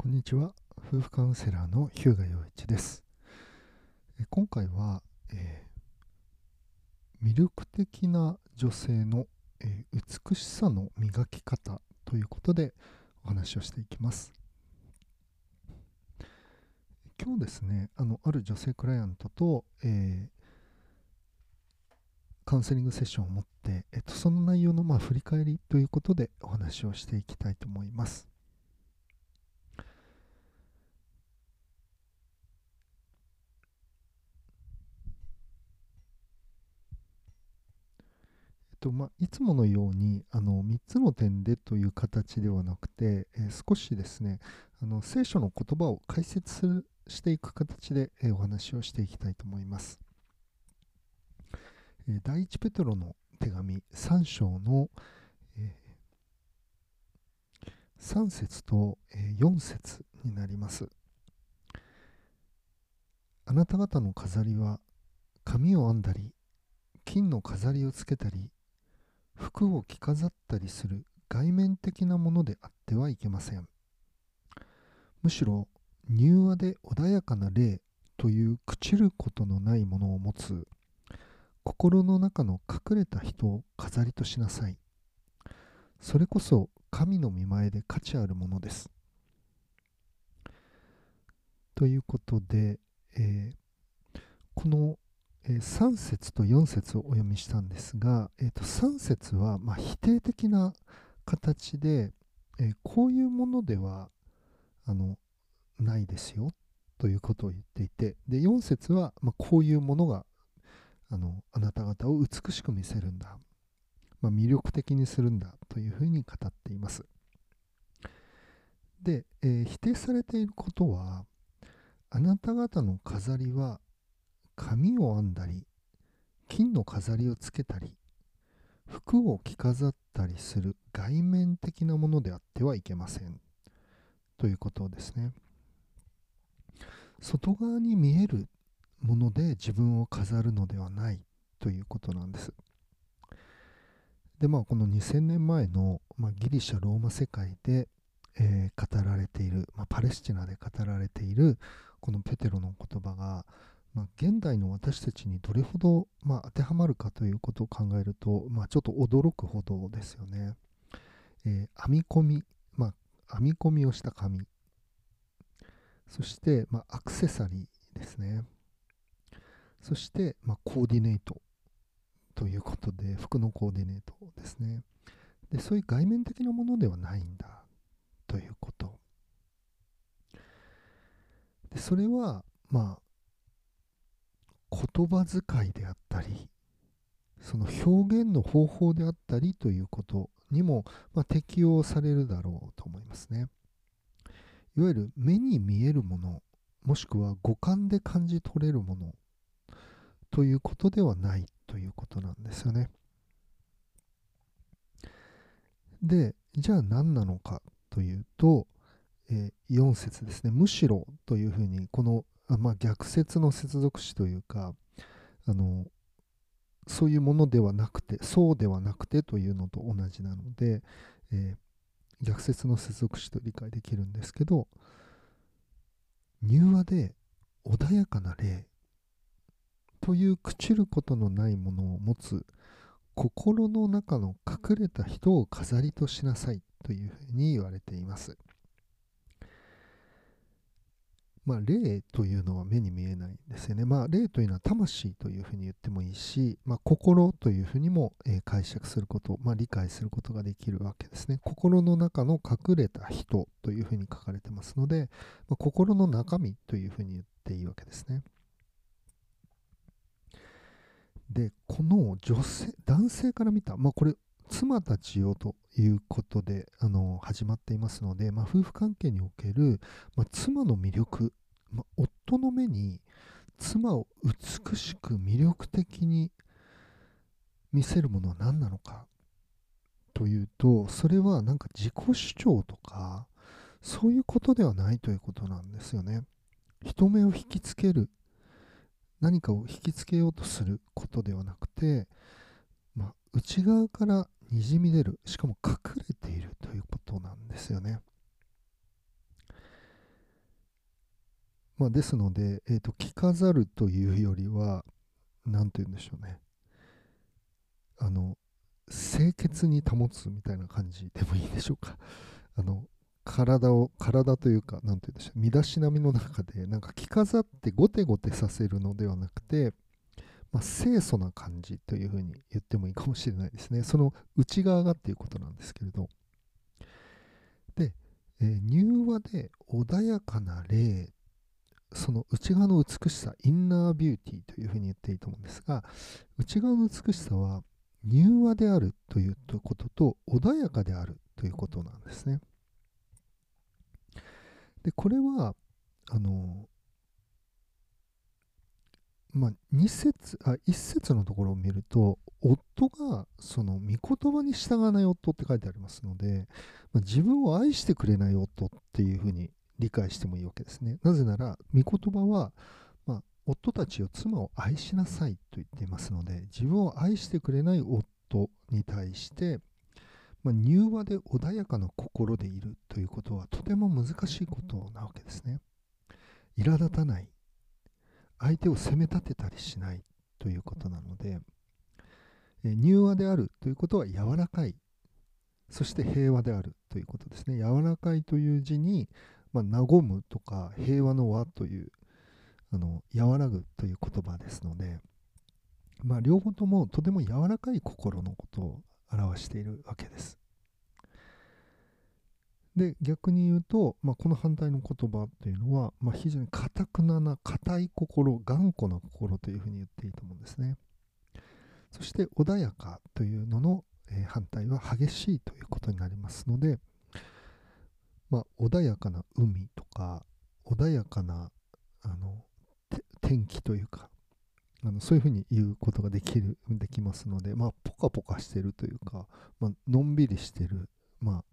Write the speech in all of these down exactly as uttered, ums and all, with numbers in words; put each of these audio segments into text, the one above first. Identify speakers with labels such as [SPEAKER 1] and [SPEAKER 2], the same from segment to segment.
[SPEAKER 1] こんにちは。夫婦カウンセラーの日向陽一です。え今回は、えー魅力的な女性の、えー美しさの磨き方ということでお話をしていきます。今日ですね、あのある女性クライアントと、えーカウンセリングセッションを持って、えっと、その内容のまあ振り返りということでお話をしていきたいと思います。えっとまあ、いつものようにあのみっつの点でという形ではなくて、えー少しですね、あの聖書の言葉を解説するしていく形で、えーお話をしていきたいと思います。えー第一ペテロの手紙さん章の、えーさん節と、えーよん節になります。あなた方の飾りは髪を編んだり、金の飾りをつけたり、服を着飾ったりする外面的なものであってはいけません。むしろ柔和で穏やかな霊という朽ちることのないものを持つ心の中の隠れた人を飾りとしなさい。それこそ神の御前で価値あるものです。ということで、えーこの、えーさん節とよん節をお読みしたんですが、えーとさん節はまあ否定的な形で、えーこういうものではあのないですよということを言っていて、でよん節はまあこういうものがあのあなた方を美しく見せるんだ、まあ、魅力的にするんだというふうに語っています。で、えー否定されていることは、あなた方の飾りは髪を編んだり金の飾りをつけたり服を着飾ったりする外面的なものであってはいけませんということですね。外側に見えるもので自分を飾るのではないということなんです。でまあこのにせんねんまえの、まあ、ギリシャローマ世界で、えー語られている、まあ、パレスチナで語られているこのペテロの言葉が、まあ、現代の私たちにどれほど、まあ、当てはまるかということを考えると、まあ、ちょっと驚くほどですよね。えー編み込み、まあ、編み込みをした紙、そして、まあ、アクセサリーですね。そして、まあ、コーディネートということで、服のコーディネートですね。で、そういう外面的なものではないんだということ。で、それは、まあ、言葉遣いであったり、その表現の方法であったりということにも、まあ、適用されるだろうと思いますね。いわゆる目に見えるもの、もしくは五感で感じ取れるものということではないということなんですよね。で、じゃあ何なのかというと、えーよん節ですね。むしろというふうに、この、あまあ、逆説の接続詞というか、あのそういうものではなくて、そうではなくてというのと同じなので、えー逆説の接続詞と理解できるんですけど、柔和で穏やかな霊という朽ちることのないものを持つ心の中の隠れた人を飾りとしなさいというふうに言われています。まあ、霊というのは目に見えないですよね。まあ、霊というのは魂というふうに言ってもいいし、まあ、心というふうにも、えー解釈すること、まあ、理解することができるわけですね。心の中の隠れた人というふうに書かれてますので、まあ、心の中身というふうに言っていいわけですね。で、この女性、男性から見た、まあ、これ、妻たちよということであの始まっていますので、まあ、夫婦関係における、まあ、妻の魅力、まあ、夫の目に妻を美しく魅力的に見せるものは何なのかというと、それはなんか自己主張とか、そういうことではないということなんですよね。人目を引きつける、何かを引きつけようとすることではなくて、まあ、内側からにじみ出る、しかも隠れているということなんですよね。 まあ、ですので、えーと、着飾るというよりは、何て言うんでしょうね。あの、清潔に保つみたいな感じでもいいでしょうか。あの、体を、体というか、何て言うんでしょう、身だしなみの中で、なんか着飾ってゴテゴテさせるのではなくて、まあ、清楚な感じというふうに言ってもいいかもしれないですね。その内側がっていうことなんですけれど。で、えー柔和で穏やかな霊、その内側の美しさ、インナービューティーというふうに言っていいと思うんですが、内側の美しさは柔和であるということと穏やかであるということなんですね。で、これは、あの、まあ、に節、あ、いち節のところを見ると、夫がその御言葉に従わない夫って書いてありますので、まあ、自分を愛してくれない夫っていうふうに理解してもいいわけですね。なぜなら、御言葉は、まあ、夫たちを妻を愛しなさいと言っていますので、自分を愛してくれない夫に対して、まあ、柔和で穏やかな心でいるということはとても難しいことなわけですね。苛立たない、相手を責め立てたりしないということなので、え柔和であるということは柔らかい、そして平和であるということですね。柔らかいという字に、まあ、和むとか平和の和という、あの和らぐという言葉ですので、まあ、両方ともとても柔らかい心のことを表しているわけです。で、逆に言うと、まあ、この反対の言葉というのは、まあ、非常に堅くなな、堅い心、頑固な心というふうに言っていいと思うんですね。そして穏やかというのの、えー反対は激しいということになりますので、まあ、穏やかな海とか、穏やかなあの天気というか、あのそういうふうに言うことができる、できますので、まあ、ポカポカしてるというか、まあのんびりしてる、ま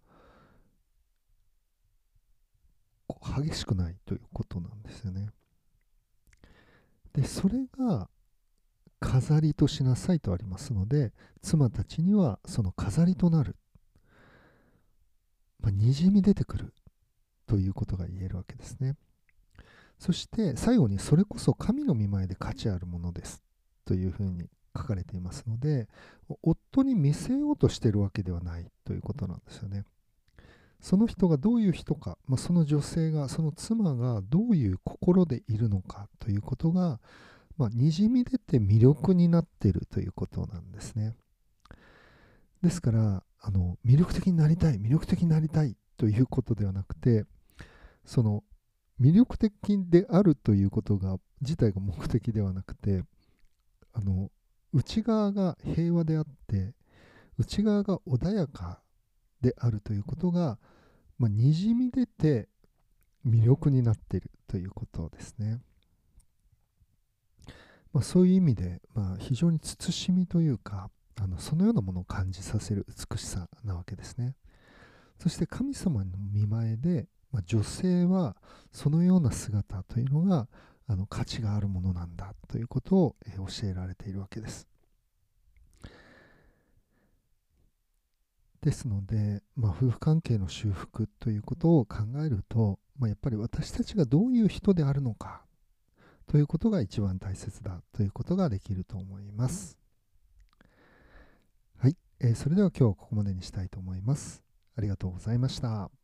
[SPEAKER 1] あ、激しくないということなんですよね。で、それが飾りとしなさいとありますので、妻たちにはその飾りとなる、まあ、にじみ出てくるということが言えるわけですね。そして最後に、それこそ神の御前で価値あるものですというふうに書かれていますので、夫に見せようとしているわけではないということなんですよね。その人がどういう人か、まあ、その女性が、その妻がどういう心でいるのかということが、まあ、にじみ出て魅力になっているということなんですね。ですから、あの魅力的になりたい、魅力的になりたいということではなくて、その魅力的であるということが自体が目的ではなくて、あの内側が平和であって、内側が穏やかであるということが、まあ、にじみ出て魅力になっているということですね。まあ、そういう意味で、まあ、非常に慎みというか、あのそのようなものを感じさせる美しさなわけですね。そして神様の見前で、まあ、女性はそのような姿というのがあの価値があるものなんだということを、えー教えられているわけです。ですので、まあ、夫婦関係の修復ということを考えると、まあ、やっぱり私たちがどういう人であるのかということが一番大切だということができると思います。はい、えーそれでは今日はここまでにしたいと思います。ありがとうございました。